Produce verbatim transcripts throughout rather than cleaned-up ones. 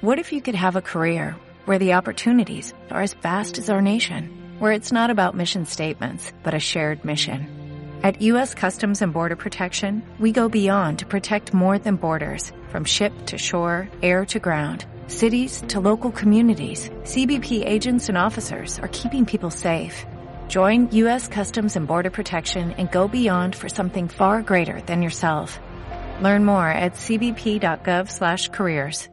What if you could have a career where the opportunities are as vast as our nation, where it's not about mission statements, but a shared mission? At U S Customs and Border Protection, we go beyond to protect more than borders, from ship to shore, air to ground, cities to local communities. C B P agents and officers are keeping people safe. Join U S Customs and Border Protection and go beyond for something far greater than yourself. Learn more at c b p dot gov slash careers.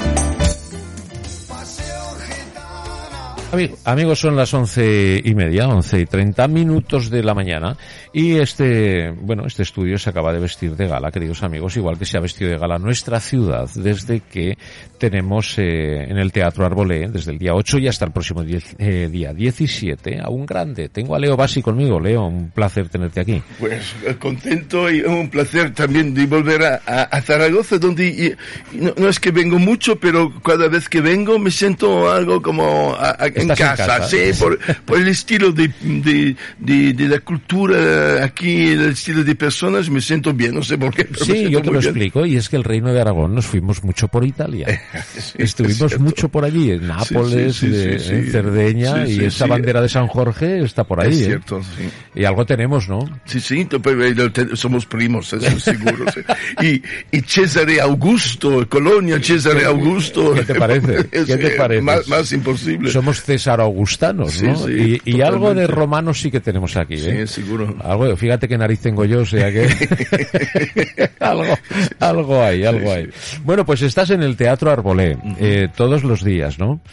Amigos, son las once y media, once y treinta minutos de la mañana, y este, bueno, este estudio se acaba de vestir de gala, queridos amigos, igual que se ha vestido de gala nuestra ciudad desde que tenemos eh, en el Teatro Arbolé, desde el día ocho y hasta el próximo diez, eh, día diecisiete, a un grande. Tengo a Leo Bassi conmigo. Leo, un placer tenerte aquí. Pues contento y un placer también de volver a, a, a Zaragoza, donde y, y no, no es que vengo mucho, pero cada vez que vengo me siento algo como a, a, en casa, en casa, sí, por, por el estilo de, de, de, de la cultura aquí, el estilo de personas, me siento bien, no sé por qué. Pero sí, yo te lo bien. explico, y es que el Reino de Aragón nos fuimos mucho por Italia. Sí, estuvimos mucho por allí, en Nápoles, sí, sí, sí, de, sí, en Cerdeña, sí, sí, y esa sí, bandera de San Jorge está por ahí. Es cierto, ¿eh? Sí. Y algo tenemos, ¿no? Sí, sí, somos primos, eso seguro. Sí. Y, y Cesare Augusto, Colonia, Cesare Augusto. ¿Qué te parece? ¿Qué te parece? Más, más imposible. Somos César Augustanos, ¿no? Sí, sí, y, y algo de romanos sí que tenemos aquí, ¿eh? Sí, seguro. Algo, fíjate qué nariz tengo yo, o sea que algo, algo hay, algo hay. Bueno, pues estás en el Teatro Arbolé, eh, todos los días, ¿no?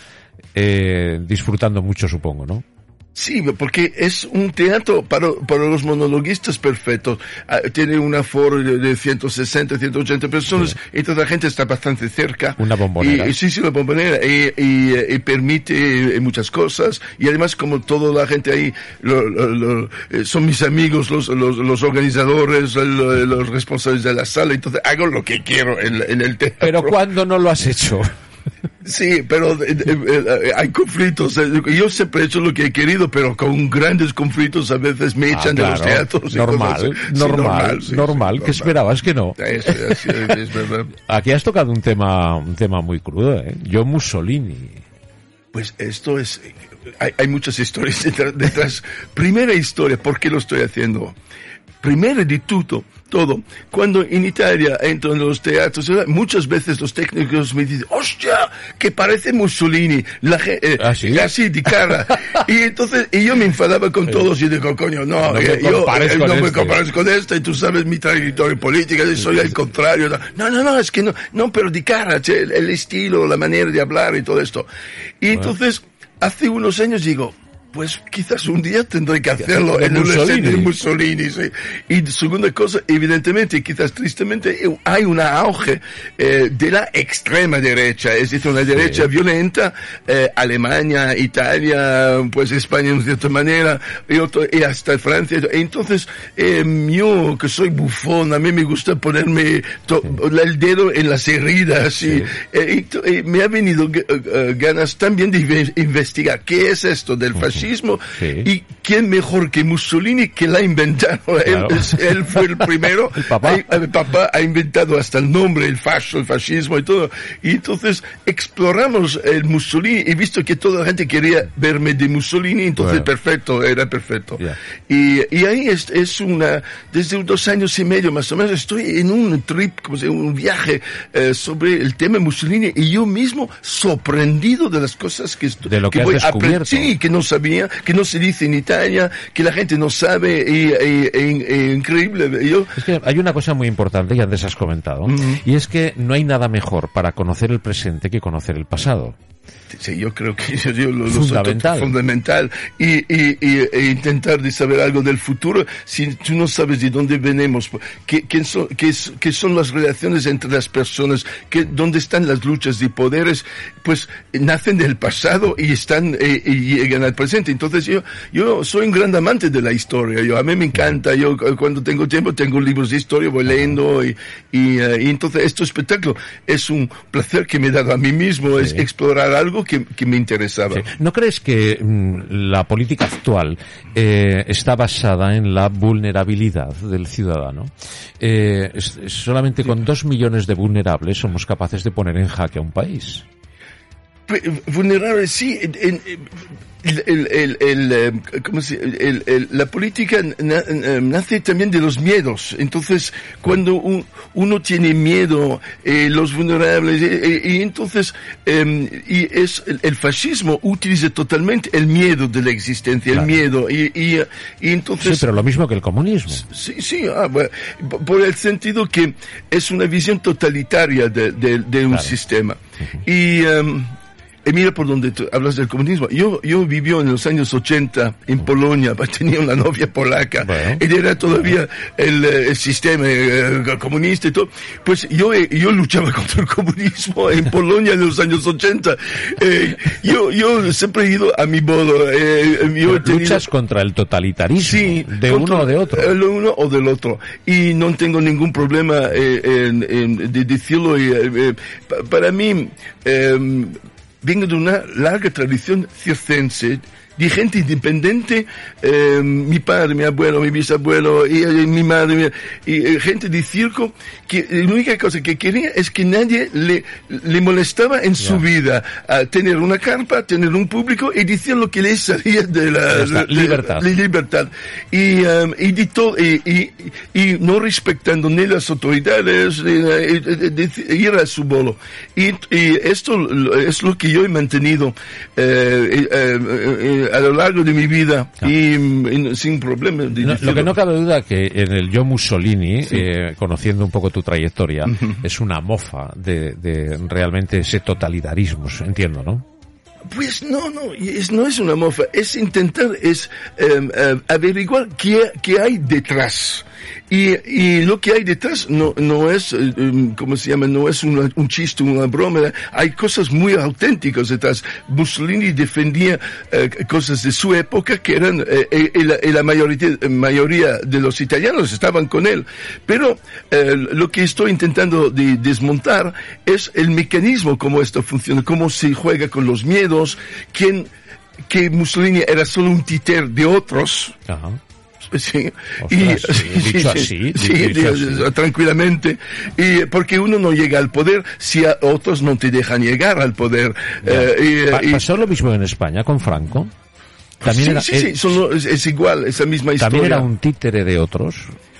Eh, disfrutando mucho, supongo, ¿no? Sí, porque es un teatro para, para los monologuistas perfecto. Uh, tiene un aforo de, de ciento sesenta, ciento ochenta personas, sí. Y toda la gente está bastante cerca. Una bombonera. Y, y, sí, sí, una bombonera. Y, y, y permite muchas cosas. Y además, como toda la gente ahí, lo, lo, lo, son mis amigos, los, los, los organizadores, los, los responsables de la sala, entonces hago lo que quiero en, en el teatro. Pero ¿cuándo no lo has hecho? Sí, pero eh, eh, hay conflictos. Yo siempre he hecho lo que he querido, pero con grandes conflictos a veces me echan ah, claro. de los teatros. Normal, normal, sí, normal, sí, normal. Sí, ¿Qué normal. Esperabas que no? Es, es, es verdad. Aquí has tocado un tema, un tema muy crudo, ¿eh? Yo Mussolini. Pues esto es, hay, hay muchas historias detrás. Primera historia, ¿por qué lo estoy haciendo? Primero de todo, todo, cuando en Italia entro en los teatros, muchas veces los técnicos me dicen, ¡hostia! Que parece Mussolini, la eh, ¿Ah, sí? así de cara. Y entonces, y yo me enfadaba con todos y digo, coño, no, no eh, me yo compares eh, con no este. me compares con esta, y tú sabes mi trayectoria política, y soy al contrario. No, no, no, es que no, no, pero de cara, che, el, el estilo, la manera de hablar y todo esto. Y bueno. Entonces, hace unos años digo, pues quizás un día tendré que hacerlo en el escenario de Mussolini, sí. Y segunda cosa, evidentemente, quizás tristemente, hay un auge eh, de la extrema derecha, es decir, una derecha sí. violenta, eh, Alemania, Italia, pues España en cierta manera, y, otro, y hasta Francia. Entonces, eh, yo que soy bufón, a mí me gusta ponerme to- sí. el dedo en las heridas, sí. Sí. Eh, y, y me ha venido uh, ganas también de investigar qué es esto del fascismo. Sí. Y quién mejor que Mussolini, que la ha inventado. Claro. Él, él fue el primero. El papá. Ha, el papá ha inventado hasta el nombre, el fascio, el fascismo y todo. Y entonces exploramos el Mussolini y visto que toda la gente quería verme de Mussolini, entonces bueno. perfecto, era perfecto. Yeah. Y, y ahí es, es una, desde dos años y medio más o menos, estoy en un trip, como se, un viaje eh, sobre el tema Mussolini y yo mismo sorprendido de las cosas que, estoy, de lo que, que has voy descubierto. A, sí, que no sabía, que no se dice en Italia, que la gente no sabe, y, y, y, y increíble. Yo... Es que hay una cosa muy importante que antes has comentado, uh-huh. y es que no hay nada mejor para conocer el presente que conocer el pasado. Sí, yo creo que yo, yo lo, lo fundamental. Soy fundamental y, y, y, e intentar de saber algo del futuro si tú no sabes de dónde venimos, qué, qué, son, qué, qué son las relaciones entre las personas, qué, dónde están las luchas de poderes, pues nacen del pasado y están eh, y llegan al presente. Entonces yo yo soy un gran amante de la historia. Yo a mí me encanta. Yo cuando tengo tiempo tengo libros de historia, voy leyendo y y, uh, y entonces este espectáculo es un placer que me he dado a mí mismo, sí. Es explorar algo que, que me interesaba. Sí. ¿No crees que mm, la política actual eh, está basada en la vulnerabilidad del ciudadano? Eh, es, es solamente con dos millones de vulnerables somos capaces de poner en jaque a un país. vulnerables, sí. En, en, el, el, el, el, ¿cómo se, el, el, la política na, nace también de los miedos. Entonces, cuando un, uno tiene miedo, eh, los vulnerables, eh, y entonces, eh, y es el, el fascismo utiliza totalmente el miedo de la existencia, claro. el miedo, y, y, y entonces. Sí, pero lo mismo que el comunismo. Sí, sí, ah, bueno, por el sentido que es una visión totalitaria de, de, de un claro. sistema. Uh-huh. Y, um, Y mira por donde tú hablas del comunismo. Yo, yo viví en los años ochenta en Polonia, tenía una novia polaca, bueno, y era todavía el, el sistema el comunista y todo. Pues yo, yo luchaba contra el comunismo en Polonia en los años ochenta. Eh, yo, yo siempre he ido a mi bodo. Eh, yo he tenido... Luchas contra el totalitarismo, sí, de uno o de otro. De uno o del otro. Y no tengo ningún problema eh, en, en, de decirlo. Eh, eh, para mí, eh, vengo de una larga tradición circense, de gente independiente, eh, mi padre, mi abuelo, mi bisabuelo, y, y mi madre, mi, y eh, gente de circo, que la única cosa que quería es que nadie le, le molestaba en yeah. su vida, a tener una carpa, tener un público y decir lo que le salía de la, de, libertad. De, de libertad. Y, um, y, de todo, y, y, y no respectando ni las autoridades, ni, de, de, de, ir a su bolo. Y, y esto es lo que yo he mantenido eh, eh, eh, a lo largo de mi vida ah. y, y sin problema. De no, lo que no cabe duda que en el Yo Mussolini, sí. eh, conociendo un poco tu trayectoria, uh-huh. es una mofa de, de realmente ese totalitarismo, entiendo, ¿no? Pues no, no, es, no es una mofa, es intentar, es eh, eh, averiguar qué, qué hay detrás. Y, y lo que hay detrás no, no es, eh, ¿cómo se llama? No es una, un chiste, una broma. Hay cosas muy auténticas detrás. Mussolini defendía eh, cosas de su época que eran, eh, y, la, y la mayoría, mayoría de los italianos estaban con él. Pero eh, lo que estoy intentando de desmontar es el mecanismo, cómo esto funciona, cómo se juega con los miedos, quién, que Mussolini era solo un títer de otros. Ajá. Sí, Ostras, y, sí, dicho sí, así, sí, dicho sí, así. tranquilamente, y porque uno no llega al poder si a otros no te dejan llegar al poder. Eh, y, pa- y, ¿Pasó lo mismo en España con Franco? También sí, era, sí, sí, son, es, es igual, esa misma historia. ¿También era un títere de otros?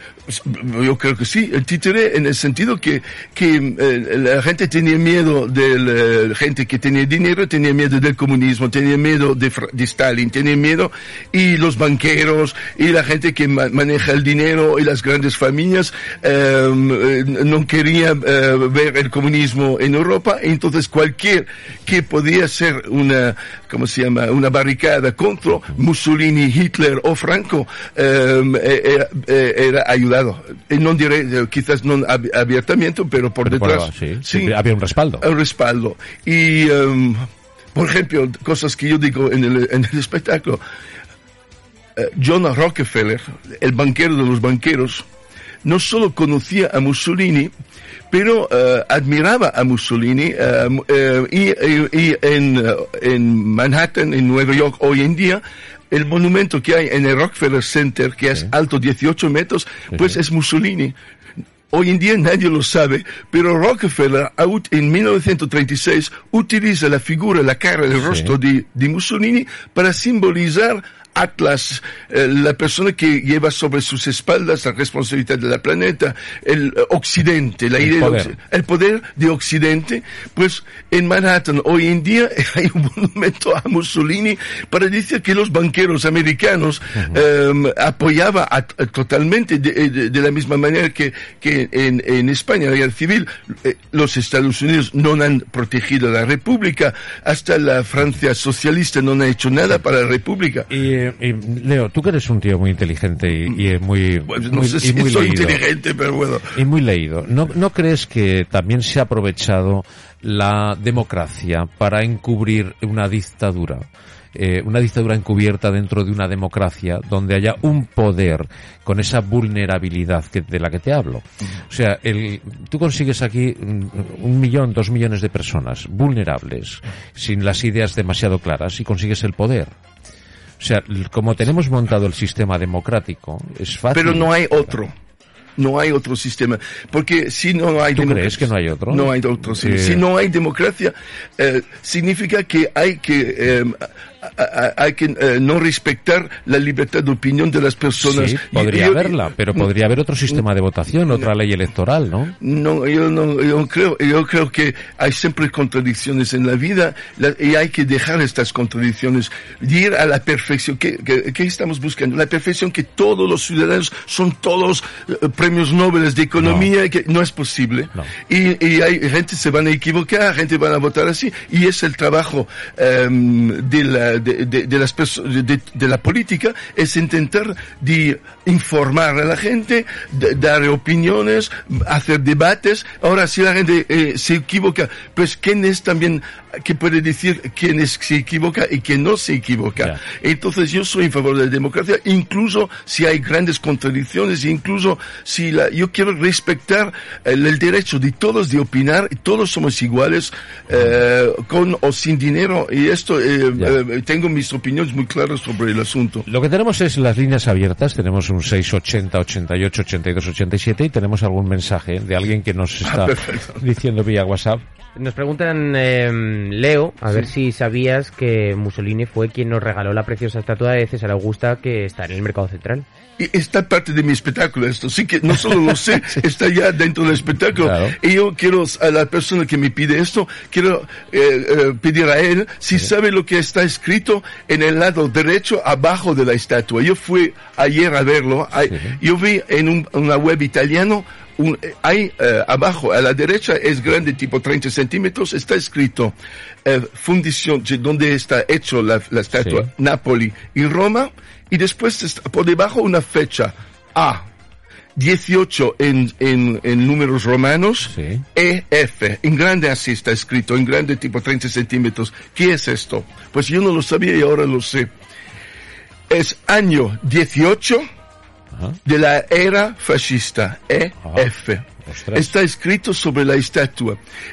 Yo creo que sí, el títere en el sentido que, que eh, la gente tenía miedo de la gente que tenía dinero, tenía miedo del comunismo, tenía miedo de, de Stalin, tenía miedo, y los banqueros, y la gente que ma- maneja el dinero, y las grandes familias, eh, no quería eh, ver el comunismo en Europa, entonces cualquier que podía ser una, ¿cómo se llama?, una barricada contra Mussolini, Hitler o Franco, eh, era, era ayudar. No diré, quizás no ab- abiertamente, pero por pero detrás. Por, sí, sí, había un respaldo. Un respaldo. Y, um, por ejemplo, cosas que yo digo en el, en el espectáculo. Uh, John Rockefeller, el banquero de los banqueros, no solo conocía a Mussolini, pero uh, admiraba a Mussolini, uh, uh, y, y, y en, uh, en Manhattan, en Nueva York, hoy en día, el monumento que hay en el Rockefeller Center, que es sí. alto dieciocho metros, pues sí. es Mussolini. Hoy en día nadie lo sabe, pero Rockefeller en mil novecientos treinta y seis utiliza la figura, la cara, el rostro sí. de, de Mussolini para simbolizar Atlas, eh, la persona que lleva sobre sus espaldas la responsabilidad del planeta, el eh, Occidente, la el idea poder. De, el poder de Occidente. Pues en Manhattan hoy en día hay un monumento a Mussolini para decir que los banqueros americanos uh-huh. eh, apoyaban a, a, totalmente de, de, de la misma manera que, que en, en España, la guerra civil, eh, los Estados Unidos no han protegido la República, hasta la Francia socialista no ha hecho nada para la República. Y, y Leo, tú que eres un tío muy inteligente y, y muy, pues no muy, sé si y muy soy leído, inteligente, pero bueno. Y muy leído. ¿No, ¿No crees que también se ha aprovechado la democracia para encubrir una dictadura? Eh, una dictadura encubierta dentro de una democracia donde haya un poder con esa vulnerabilidad que, de la que te hablo. O sea, el, tú consigues aquí un millón, dos millones de personas vulnerables, sin las ideas demasiado claras, y consigues el poder. O sea, como tenemos montado el sistema democrático, es fácil. Pero no hay otro. no hay otro sistema. Porque si no hay ¿Tú democracia... crees que no hay otro? No hay otro sistema. Eh... Si no hay democracia, eh, significa que hay que... Eh, hay que eh, no respetar la libertad de opinión de las personas. Sí, podría yo, haberla, pero podría haber otro sistema de votación, otra ley electoral, ¿no? No, yo no, yo creo, yo creo que hay siempre contradicciones en la vida la, y hay que dejar estas contradicciones, ir a la perfección. ¿Qué, qué, qué estamos buscando? La perfección, que todos los ciudadanos son todos uh, premios Nobel de economía, no. que no es posible. No. Y, y hay gente se van a equivocar, gente van a votar así, y es el trabajo um, de la De, de, de las personas, de, de la política, es intentar de informar a la gente, de, dar opiniones, hacer debates. Ahora, si la gente eh, se equivoca, pues quién es también que puede decir quién es se equivoca y quién no se equivoca. Yeah. Entonces, yo soy en favor de la democracia, incluso si hay grandes contradicciones, incluso si la, yo quiero respetar el, el derecho de todos de opinar, todos somos iguales, eh, con o sin dinero, y esto eh, yeah. eh, tengo mis opiniones muy claras sobre el asunto. Lo que tenemos es las líneas abiertas, tenemos un seis ochenta, ochenta y ocho, ochenta y dos, ochenta y siete y tenemos algún mensaje de alguien que nos está ah, diciendo vía WhatsApp. Nos preguntan, eh, Leo, a sí. ver si sabías que Mussolini fue quien nos regaló la preciosa estatua de César Augusta que está en el Mercado Central. Y está parte de mi espectáculo esto, sí que no solo lo sé, está ya dentro del espectáculo. Claro. Y yo quiero, a la persona que me pide esto, quiero eh, eh, pedir a él si sí. sabe lo que está escrito en el lado derecho abajo de la estatua. Yo fui ayer a verlo, sí. yo vi en un, una web italiano, Un, hay eh, abajo a la derecha, es grande, tipo treinta centímetros, está escrito eh, fundición, donde está hecho la, la estatua, sí. Nápoli y Roma, y después está por debajo una fecha A, dieciocho en, en, en números romanos, sí. E, F, en grande así está escrito, en grande tipo treinta centímetros. ¿Qué es esto? Pues yo no lo sabía y ahora lo sé. Es año dieciocho, Ajá. de la era fascista, E F. Ostras. Está escrito sobre la estatua.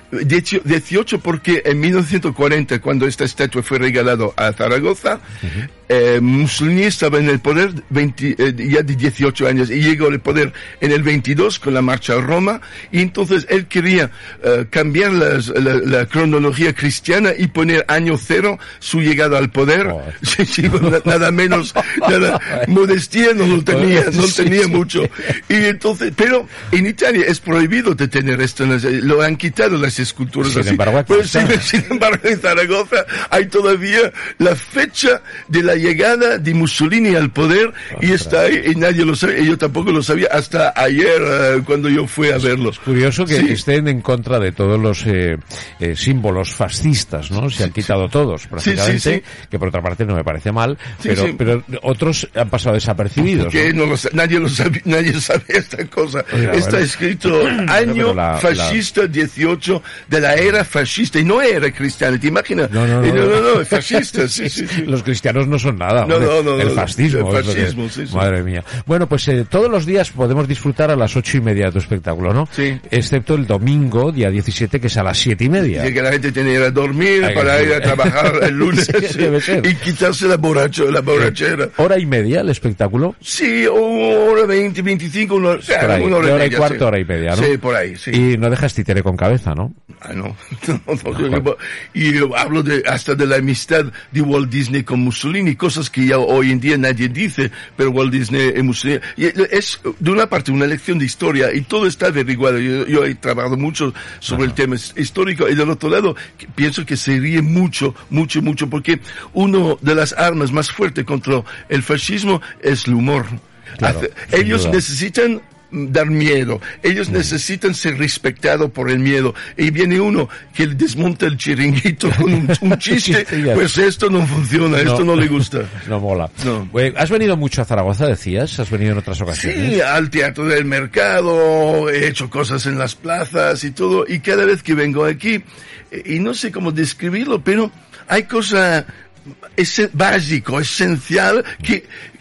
dieciocho porque en mil novecientos cuarenta, cuando esta estatua fue regalada a Zaragoza, uh-huh. eh, Mussolini estaba en el poder veinte, eh, ya de dieciocho años, y llegó al poder en el veintidós con la marcha a Roma, y entonces él quería uh, cambiar las, la, la cronología cristiana y poner año cero su llegada al poder. Oh. Sí, sí, nada menos, nada, modestia no lo tenía, no tenía sí, mucho. Sí. Y entonces, pero en Italia es prohibido de tener esto, lo han quitado las esculturas sin así. Embargo, pues, sin, sin embargo, en Zaragoza hay todavía la fecha de la llegada de Mussolini al poder. Ostras. Y está ahí, y nadie lo sabe, y yo tampoco lo sabía hasta ayer uh, cuando yo fui a verlo. Es curioso que sí. estén en contra de todos los eh, eh, símbolos fascistas, ¿no? Se han quitado todos, prácticamente, sí, sí, sí. que por otra parte no me parece mal, sí, pero, sí. pero otros han pasado desapercibidos. Que ¿no? No lo, nadie lo sabe, nadie sabe esta cosa. Oiga, está bueno. escrito año la, fascista la... dieciocho de la era fascista, y no era cristiana, ¿te imaginas? No, no, no, no, no, no, no fascista, sí, sí, sí. Los cristianos no son nada, no, no, no, el fascismo. El fascismo, que... sí, sí. Madre mía. Bueno, pues eh, todos los días podemos disfrutar a las ocho y media de tu espectáculo, ¿no? Sí. Excepto el domingo, día diecisiete, que es a las siete y media. Sí, que la gente tiene que ir a dormir Hay para que... ir a trabajar el lunes sí, debe ser. y quitarse la borracho, la borrachera. ¿Hora y media el espectáculo? Sí, hora veinte, veinticinco, una, sí, ahí, una hora, hora y, y cuarto, sí. hora y media, ¿no? Sí, por ahí, sí. Y no dejas títere con cabeza, ¿no? Ah, no. no, no, no, no. Y yo hablo de, hasta de la amistad de Walt Disney con Mussolini, cosas que ya hoy en día nadie dice, pero Walt Disney y Mussolini, y es de una parte una lección de historia, y todo está averiguado. Yo, yo he trabajado mucho sobre Ajá. el tema histórico, y del otro lado, pienso que se ríe mucho, mucho, mucho, porque una de las armas más fuertes contra el fascismo es el humor. Claro, Hace, ellos duda. necesitan dar miedo, ellos mm. necesitan ser respetados por el miedo, y viene uno que desmonta el chiringuito con un, un chiste, pues esto no funciona, no, esto no le gusta. No mola. No. ¿Has venido mucho a Zaragoza, decías? ¿Has venido en otras ocasiones? Sí, al Teatro del Mercado, he hecho cosas en las plazas y todo, y cada vez que vengo aquí, y no sé cómo describirlo, pero hay cosas es básico, esencial, que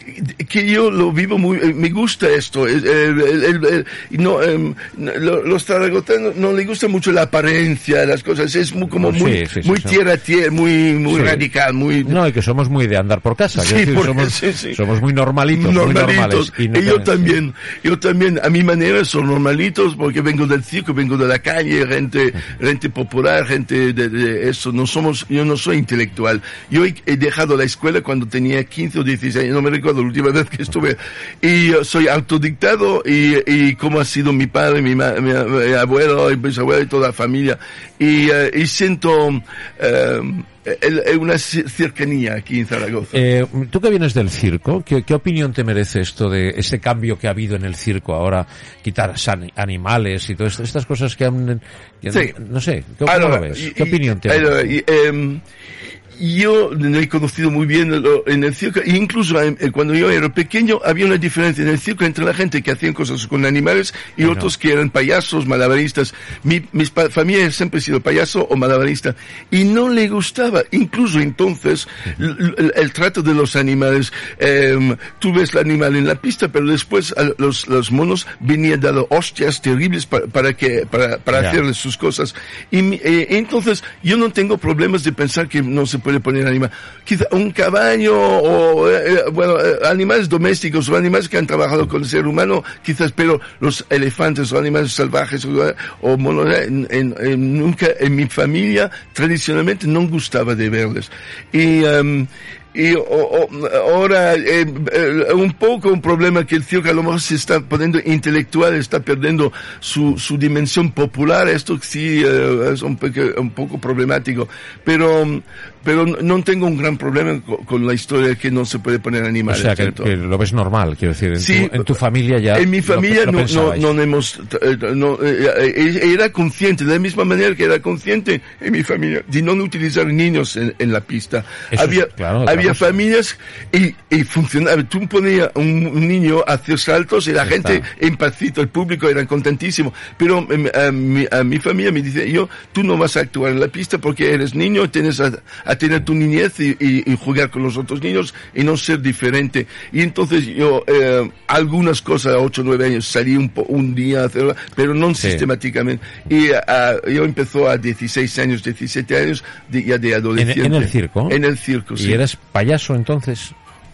que yo lo vivo muy, me gusta esto, el, el, el, el, no, um, los zaragozanos no les gusta mucho la apariencia, las cosas, es muy, como muy, sí, sí, sí, muy sí, tierra a tierra, muy, muy sí. radical, muy... No, y que somos muy de andar por casa, sí, decir, porque, somos, sí, sí. somos muy normalitos, normalitos, muy normales. Y, no y yo también, sí. yo también, a mi manera, son normalitos, porque vengo del circo, vengo de la calle, gente, gente popular, gente de, de eso, no somos, yo no soy intelectual. Yo he, he dejado la escuela cuando tenía quince o dieciséis años, no me recuerdo la última vez que estuve, y uh, soy autodictado, y, y como ha sido mi padre, mi, ma, mi, mi abuelo, y mis abuelos y toda la familia, y, uh, y siento uh, una cercanía aquí en Zaragoza. Eh, tú que vienes del circo, ¿qué, ¿qué opinión te merece esto de ese cambio que ha habido en el circo ahora, quitar animales y todas estas cosas que han... Que sí. No sé, ¿cómo Ahora, lo ves? ¿Qué y, opinión te merece? Um, Yo no he conocido muy bien en el circo, e incluso cuando yo era pequeño había una diferencia en el circo entre la gente que hacían cosas con animales y bueno. otros que eran payasos, malabaristas. Mi, mi familia siempre ha sido payaso o malabarista y no le gustaba, incluso entonces, el, el, el trato de los animales. Eh, tú ves el animal en la pista, pero después a los, los monos venían dando hostias terribles para, para que, para, para yeah. hacerles sus cosas. Y eh, entonces yo no tengo problemas de pensar que no se puede poner animal, quizá un caballo o eh, bueno eh, animales domésticos o animales que han trabajado con el ser humano quizás, pero los elefantes o animales salvajes o, o monos en, en, en, nunca en mi familia tradicionalmente no gustaba de verles y um, y o, o, ahora eh, eh, un poco un problema que el circo a lo mejor se está poniendo intelectual, está perdiendo su, su dimensión popular. Esto sí eh, es un poco, un poco problemático, pero pero no tengo un gran problema con, con la historia que no se puede poner animales. O sea, que, que lo ves normal, quiero decir, en, sí, tu, en tu familia ya... En mi familia lo, lo no, no, no hemos... No, eh, era consciente, de la misma manera que era consciente en mi familia, de no utilizar niños en, en la pista. Eso había es, claro, había claro. familias y, y funcionaba. Tú ponías un, un niño a hacer saltos y la gente en pacito, el público era contentísimo. Pero a, a, mi, a mi familia me dice, yo, tú no vas a actuar en la pista porque eres niño, tienes a, a tener tu niñez y, y, y jugar con los otros niños y no ser diferente. Y entonces yo, eh, algunas cosas a ocho o nueve años salí un, po, un día a hacerlo, pero no sí. sistemáticamente. Y uh, yo empezó a dieciséis años, diecisiete años, de, ya de adolescente. ¿En, en el circo? En el circo, sí. ¿Y eres payaso entonces?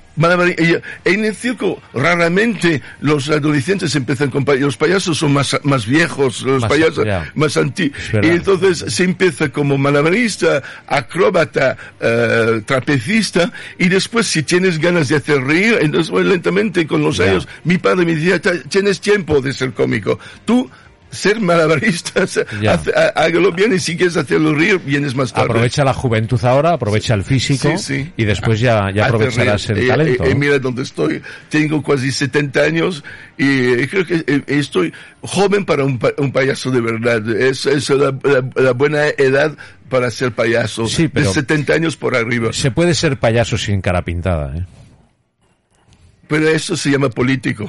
En el circo raramente los adolescentes empiezan con payasos, los payasos son más, más viejos, los más, payasos ya. más antiguos. Y entonces se empieza como malabarista, acróbata, uh, trapecista, y después si tienes ganas de hacer reír, entonces lentamente con los ya. años, mi padre me decía, tienes tiempo de ser cómico. Tú ser malabarista, hágalo bien y si quieres hacerlo reír, vienes más tarde. Aprovecha la juventud ahora, aprovecha el físico sí, sí. y después ya, ya aprovecharás el y, talento. Y, y, y mira dónde estoy, tengo casi setenta años y creo que estoy joven para un, un payaso de verdad. Es, es la, la, la buena edad para ser payaso, sí, pero de setenta años por arriba. Se puede ser payaso sin cara pintada, ¿eh? Pero eso se llama político.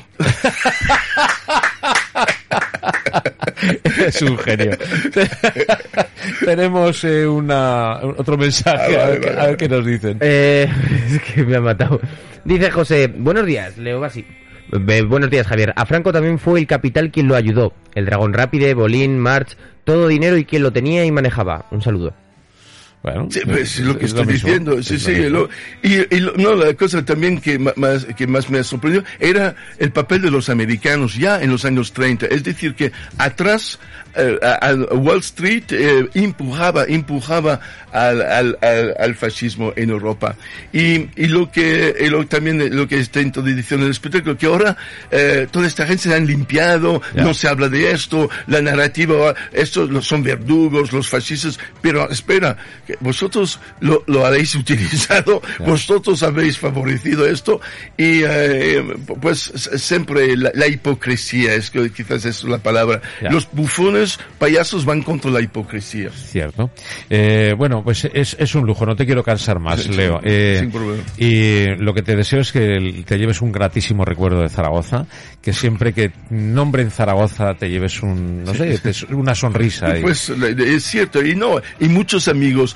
Es un genio. Tenemos eh, una otro mensaje, ah, vale, a, ver, vale, a ver qué nos dicen. Eh, es que me ha matado. Dice José, buenos días, Leo así. Eh, buenos días, Javier. A Franco también fue el capital quien lo ayudó. El Dragón Rápide, Bolín, March, todo dinero y quien lo tenía y manejaba. Un saludo. Bueno, sí, pues, es lo que es estoy lo diciendo, sí, sí, lo, y, y lo, no, la cosa también que más, que más me sorprendió era el papel de los americanos ya en los años treinta, es decir que atrás, eh, a, a Wall Street eh, empujaba, empujaba al, al, al, al fascismo en Europa, y, y lo que, y lo, también lo que está en toda edición del espectáculo, que ahora, eh, toda esta gente se han limpiado, yeah. no se habla de esto, la narrativa, estos son verdugos, los fascistas, pero espera, vosotros lo, lo habéis utilizado, claro. vosotros habéis favorecido esto y eh, pues siempre la, la hipocresía, es que quizás es la palabra. Ya. Los bufones, payasos van contra la hipocresía. Cierto. Eh, bueno, pues es, es un lujo, no te quiero cansar más, sí, Leo. Eh, sin problema. Y lo que te deseo es que te lleves un gratísimo recuerdo de Zaragoza, que siempre que nombren Zaragoza te lleves un, no sé, una sonrisa. Pues es cierto, y no, y muchos amigos.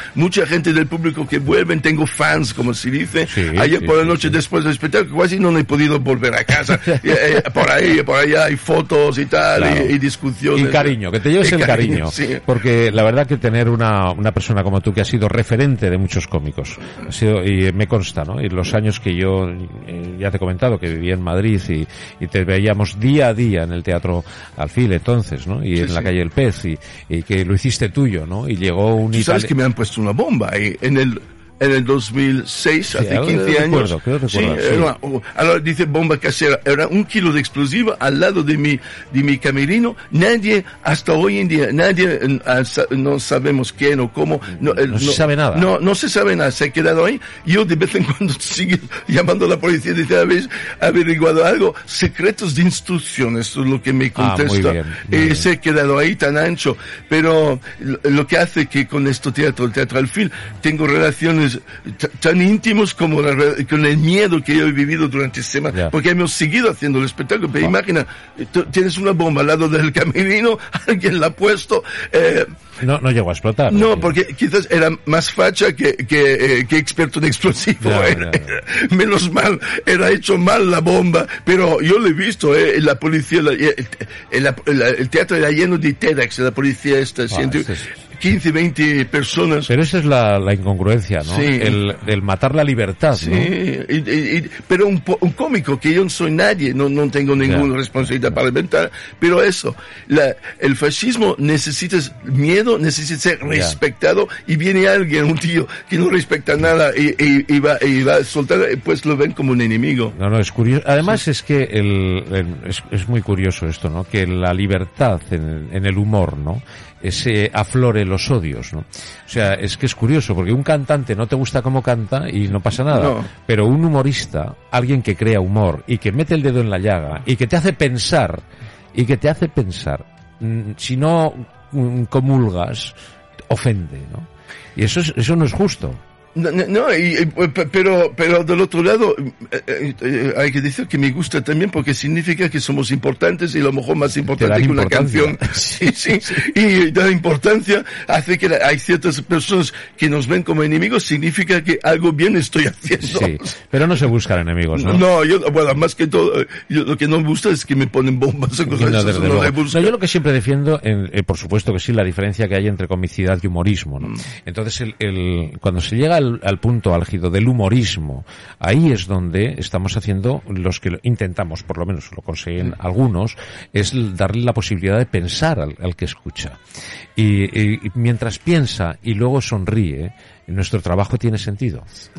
mucha gente del público que vuelven, tengo fans, como se dice. Sí, Ayer sí, por la sí, noche sí. después del espectáculo casi no he podido volver a casa. eh, eh, por ahí, por allá hay fotos y tal, Claro. y, y discusiones. Y cariño, que te lleves Y el cariño. sí. Porque la verdad que tener una, una persona como tú que ha sido referente de muchos cómicos, ha sido, y me consta, ¿no? Y los años que yo, eh, ya te he comentado, que vivía en Madrid y, y te veíamos día a día en el Teatro Alfil entonces, ¿no? Y Sí, en la sí. calle El Pez, y, y que lo hiciste tuyo, ¿no? Y llegó un Tú sabes itali- que me han puesto una bomba ahí en el en el dos mil seis, Sí, hace algo quince recuerdo, años. creo recordar, sí, sí. era una- ahora dice bomba casera. Era un kilo de explosiva al lado de mi, de mi camerino. Nadie, hasta hoy en día, nadie, eh, ah, sa- no sabemos quién o cómo. No, eh, No se sabe nada. No, no se sabe nada. Se ha quedado ahí. Yo de vez en cuando sigue llamando a la policía y dice, ¿habéis averiguado algo? Secretos de instrucciones, eso es lo que me Ah, muy contesta. bien, muy Eh, bien. se ha quedado ahí tan ancho, pero lo, lo que hace que con este teatro, el Teatro Alfil, tengo relaciones t- tan íntimos como la re- con el miedo que yo he vivido durante semanas, Ya. porque hemos seguido haciendo el espectáculo, pero Ah. imagina, tú tienes una bomba al lado del camerino, alguien la ha puesto, eh, No, no llegó a explotar. no, porque quizás era más facha que, que, eh, que experto en explosivo. Ya, Era- ya, Menos mal, era hecho mal la bomba, pero yo lo he visto, eh, la policía, la- el, el- el- el teatro era lleno de TEDx, la policía esta, ciento- este es- quince, veinte personas. Pero esa es la, la incongruencia, ¿no? Sí. El, el matar la libertad, Sí, ¿no? y- y- y- pero un, po- un cómico, que yo no soy nadie, no, no tengo ninguna Ya. responsabilidad parlamentaria, pero eso, la, el fascismo necesita miedo, necesita ser respetado, y viene alguien, un tío, que no respecta nada y, y, y va, y va a soltar, pues lo ven como un enemigo. No, no, es curioso. Además es que el, el- es, es muy curioso esto, ¿no? Que la libertad en, en el humor, ¿no? Ese aflore los odios, ¿no? O sea, es que es curioso, porque un cantante no te gusta cómo canta y no pasa nada. No. Pero un humorista, alguien que crea humor y que mete el dedo en la llaga y que te hace pensar, y que te hace pensar, mm, si no mm, comulgas, ofende, ¿no? Y eso es, eso no es justo. No, no, no, y- y- pe- pero, pero del otro lado, eh, eh, eh, hay que decir que me gusta también porque significa que somos importantes y a lo mejor más importante dan que una importancia. canción. Sí, sí, y da importancia, hace que la- hay ciertas personas que nos ven como enemigos, significa que algo bien estoy haciendo. Sí, pero no se buscan enemigos, ¿no? No, yo, bueno, más que todo, eh, yo, lo que no me gusta es que me ponen bombas o cosas No, así, desde eso no luego. le busco. No, yo lo que siempre defiendo, en- eh, por supuesto que sí, la diferencia que hay entre comicidad y humorismo, Mm. ¿no? Entonces, el, el- cuando se llega al, al punto álgido del humorismo, ahí es donde estamos haciendo, los que lo intentamos, por lo menos lo consiguen algunos, es l- darle la posibilidad de pensar al, al que escucha. Y, y- y mientras piensa y luego sonríe, nuestro trabajo tiene sentido.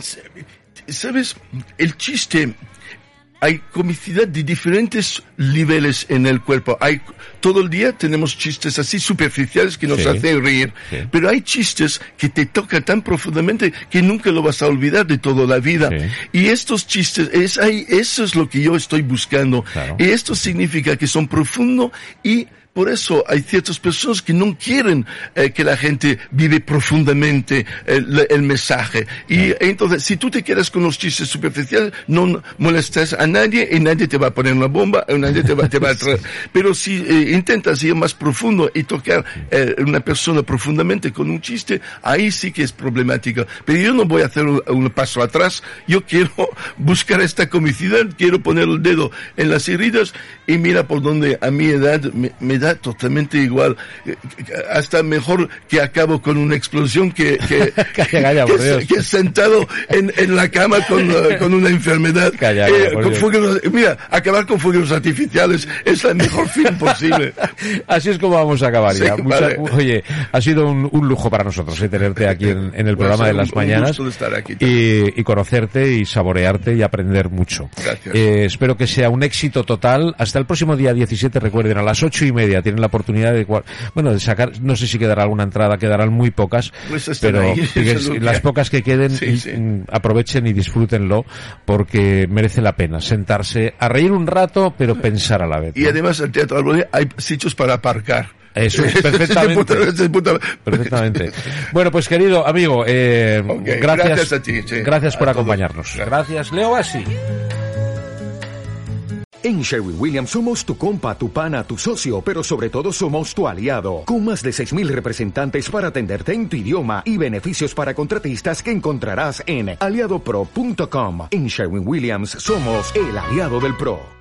¿Sabes? El chiste, hay comicidad de diferentes niveles en el cuerpo. Hay, todo el día tenemos chistes así superficiales que nos Sí. hacen reír. Sí. Pero hay chistes que te tocan tan profundamente que nunca lo vas a olvidar de toda la vida. Sí. Y estos chistes, es ahí, eso es lo que yo estoy buscando. Claro. Y esto significa que son profundos y por eso hay ciertas personas que no quieren eh, que la gente vive profundamente el, el mensaje. Y entonces, si tú te quedas con los chistes superficiales, no molestas a nadie y nadie te va a poner una bomba, o nadie te va, te va a traer. Pero si eh, intentas ir más profundo y tocar eh, una persona profundamente con un chiste, ahí sí que es problemático. Pero yo no voy a hacer un, un paso atrás. Yo quiero buscar esta comicidad, quiero poner el dedo en las heridas y mira por donde a mi edad me, me da totalmente igual, eh, hasta mejor que acabo con una explosión que que, Calla, por Dios. que, que sentado en, en la cama con, uh, con una enfermedad. Calla, Eh, por con Dios. fuegos, mira, acabar con fuegos artificiales es el mejor fin posible. Así es como vamos a acabar ya. Sí, Mucha- vale. Oye, ha sido un, un lujo para nosotros eh, tenerte aquí en, en el Pues, programa de un- las un mañanas gusto de estar aquí. y, y conocerte y saborearte y aprender mucho. Gracias. Eh, espero que sea un éxito total. Hasta el próximo día diecisiete, recuerden, a las ocho y media tienen la oportunidad de, cua- bueno, de sacar, no sé si quedará alguna entrada, quedarán muy pocas, Pues están pero ahí, que eso es lo que las hay. pocas que queden Sí, y, sí. mm, aprovechen y disfrútenlo porque merece la pena sentarse a reír un rato, pero pensar a la vez. Y ¿no? además el Teatro Albore hay sitios para aparcar. Eso es, Desde perfectamente. punto- desde el punto- Perfectamente. Bueno, pues querido amigo, eh, Ok, gracias, gracias a ti, sí. gracias por A todos. acompañarnos. Gracias. Gracias, Leo Bassi. En Sherwin-Williams somos tu compa, tu pana, tu socio, pero sobre todo somos tu aliado. Con más de seis mil representantes para atenderte en tu idioma y beneficios para contratistas que encontrarás en aliado pro punto com. En Sherwin-Williams somos el aliado del pro.